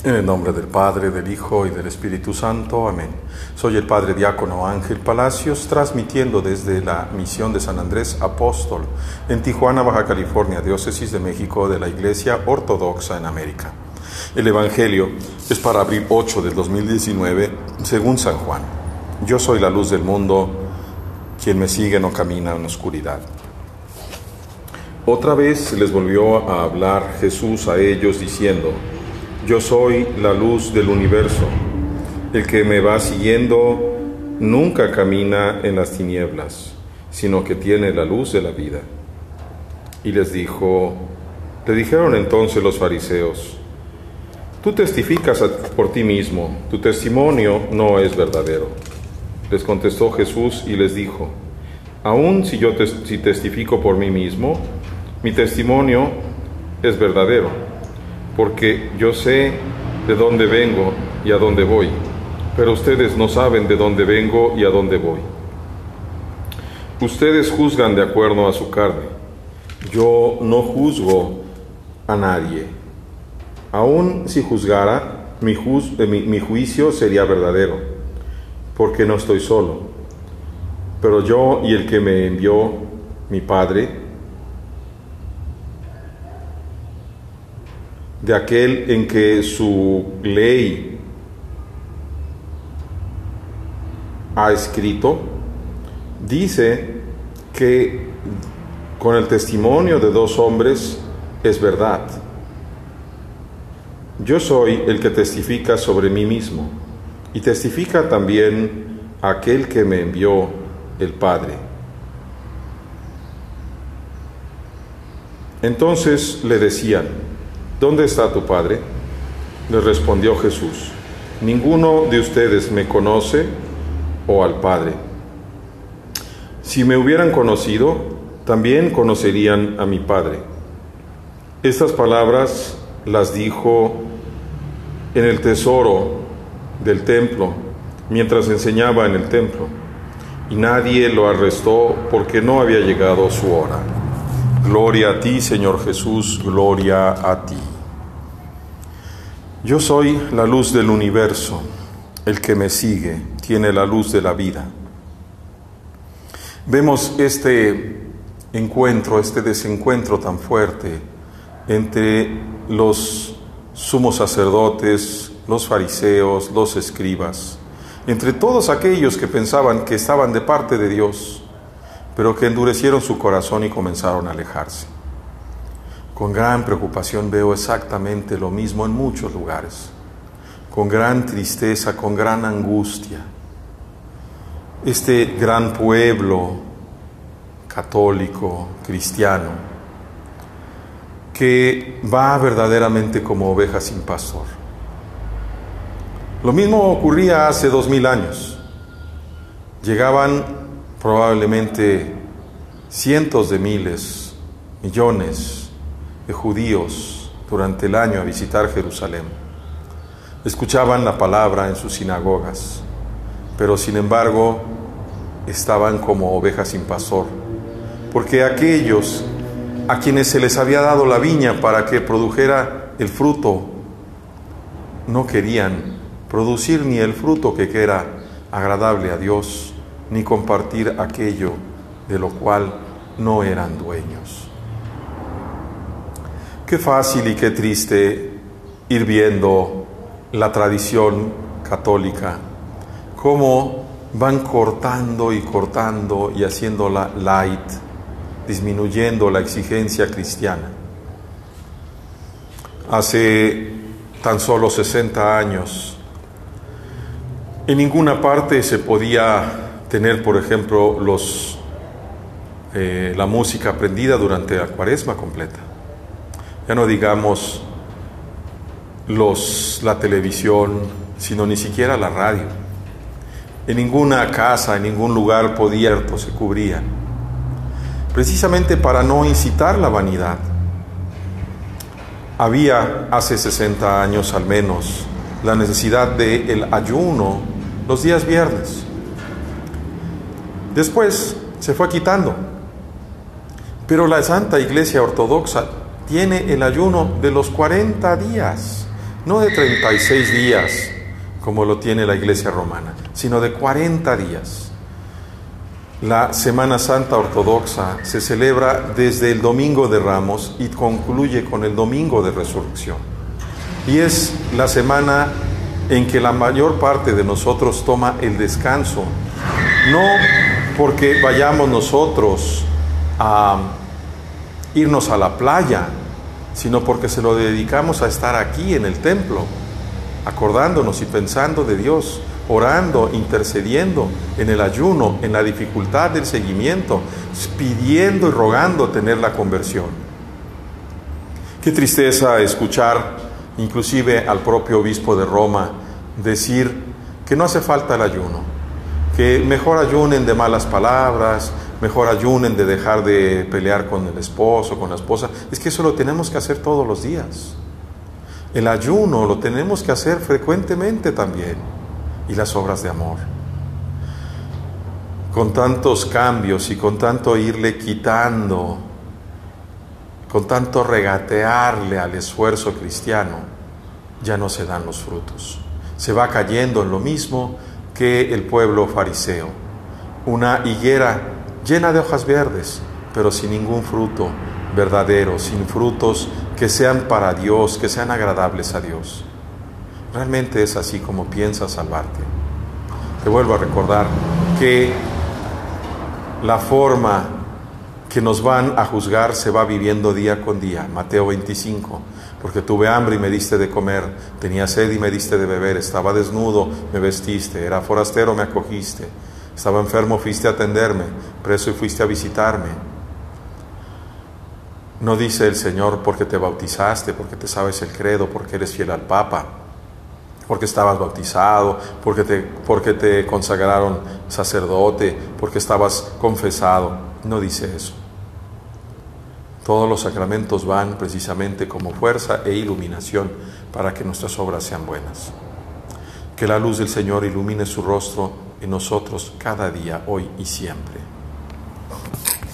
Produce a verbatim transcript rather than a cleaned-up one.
En el nombre del Padre, del Hijo y del Espíritu Santo. Amén. Soy el Padre Diácono Ángel Palacios, transmitiendo desde la misión de San Andrés Apóstol en Tijuana, Baja California, Diócesis de México, de la Iglesia Ortodoxa en América. El Evangelio es para abril ocho del dos mil diecinueve, según San Juan. Yo soy la luz del mundo, quien me sigue no camina en oscuridad. Otra vez les volvió a hablar Jesús a ellos diciendo: yo soy la luz del universo. El que me va siguiendo nunca camina en las tinieblas, sino que tiene la luz de la vida. Y les dijo, le dijeron entonces los fariseos: tú testificas por ti mismo, tu testimonio no es verdadero. Les contestó Jesús y les dijo: aun si yo te, si testifico por mí mismo, mi testimonio es verdadero, porque yo sé de dónde vengo y a dónde voy, pero ustedes no saben de dónde vengo y a dónde voy. Ustedes juzgan de acuerdo a su carne. Yo no juzgo a nadie. Aun si juzgara, mi, juz, mi, mi juicio sería verdadero, porque no estoy solo, pero yo y el que me envió, mi Padre, de aquel en que su ley ha escrito, dice que con el testimonio de dos hombres es verdad. Yo soy el que testifica sobre mí mismo, y testifica también aquel que me envió, el Padre. Entonces le decían: ¿dónde está tu Padre? Le respondió Jesús: ninguno de ustedes me conoce o al Padre. Si me hubieran conocido, también conocerían a mi Padre. Estas palabras las dijo en el tesoro del templo, mientras enseñaba en el templo, y nadie lo arrestó porque no había llegado su hora. Gloria a ti, Señor Jesús, gloria a ti. Yo soy la luz del universo. El que me sigue tiene la luz de la vida. Vemos este encuentro, este desencuentro tan fuerte entre los sumos sacerdotes, los fariseos, los escribas, entre todos aquellos que pensaban que estaban de parte de Dios, pero que endurecieron su corazón y comenzaron a alejarse. Con gran preocupación veo exactamente lo mismo en muchos lugares, con gran tristeza, con gran angustia. Este gran pueblo católico, cristiano, que va verdaderamente como oveja sin pastor. Lo mismo ocurría hace dos mil años. Llegaban probablemente cientos de miles, millones de judíos durante el año a visitar Jerusalén. Escuchaban la palabra en sus sinagogas, pero sin embargo estaban como ovejas sin pastor, porque aquellos a quienes se les había dado la viña para que produjera el fruto, no querían producir ni el fruto que era agradable a Dios, ni compartir aquello de lo cual no eran dueños. Qué fácil y qué triste ir viendo la tradición católica, cómo van cortando y cortando y haciéndola light, disminuyendo la exigencia cristiana. Hace tan solo sesenta años, en ninguna parte se podía tener, por ejemplo, los, eh, la música aprendida durante la cuaresma completa. Ya no digamos los, la televisión, sino ni siquiera la radio. En ninguna casa, en ningún lugar podía, se cubrían, precisamente para no incitar la vanidad. Había hace sesenta años al menos la necesidad del ayuno los días viernes. Después se fue quitando, pero la Santa Iglesia Ortodoxa tiene el ayuno de los cuarenta días, no de treinta y seis días, como lo tiene la Iglesia romana, sino de cuarenta días. La Semana Santa Ortodoxa se celebra desde el Domingo de Ramos y concluye con el Domingo de Resurrección. Y es la semana en que la mayor parte de nosotros toma el descanso, no porque vayamos nosotros a irnos a la playa, sino porque se lo dedicamos a estar aquí en el templo, acordándonos y pensando de Dios, orando, intercediendo en el ayuno, en la dificultad del seguimiento, pidiendo y rogando tener la conversión. Qué tristeza escuchar inclusive al propio obispo de Roma decir que no hace falta el ayuno, que mejor ayunen de malas palabras, mejor ayunen de dejar de pelear con el esposo, con la esposa. Es que eso lo tenemos que hacer todos los días. El ayuno lo tenemos que hacer frecuentemente también. Y las obras de amor. Con tantos cambios y con tanto irle quitando, con tanto regatearle al esfuerzo cristiano, ya no se dan los frutos. Se va cayendo en lo mismo que el pueblo fariseo. Una higuera llena de hojas verdes, pero sin ningún fruto verdadero, sin frutos que sean para Dios, que sean agradables a Dios. Realmente es así como piensas salvarte. Te vuelvo a recordar que la forma que nos van a juzgar se va viviendo día con día. Mateo veinticinco, porque tuve hambre y me diste de comer, tenía sed y me diste de beber, estaba desnudo, me vestiste, era forastero, me acogiste, estaba enfermo, fuiste a atenderme, preso y fuiste a visitarme. No dice el Señor porque te bautizaste, porque te sabes el credo, porque eres fiel al Papa, porque estabas bautizado, porque te, porque te consagraron sacerdote, porque estabas confesado. No dice eso. Todos los sacramentos van precisamente como fuerza e iluminación para que nuestras obras sean buenas. Que la luz del Señor ilumine su rostro en nosotros cada día, hoy y siempre.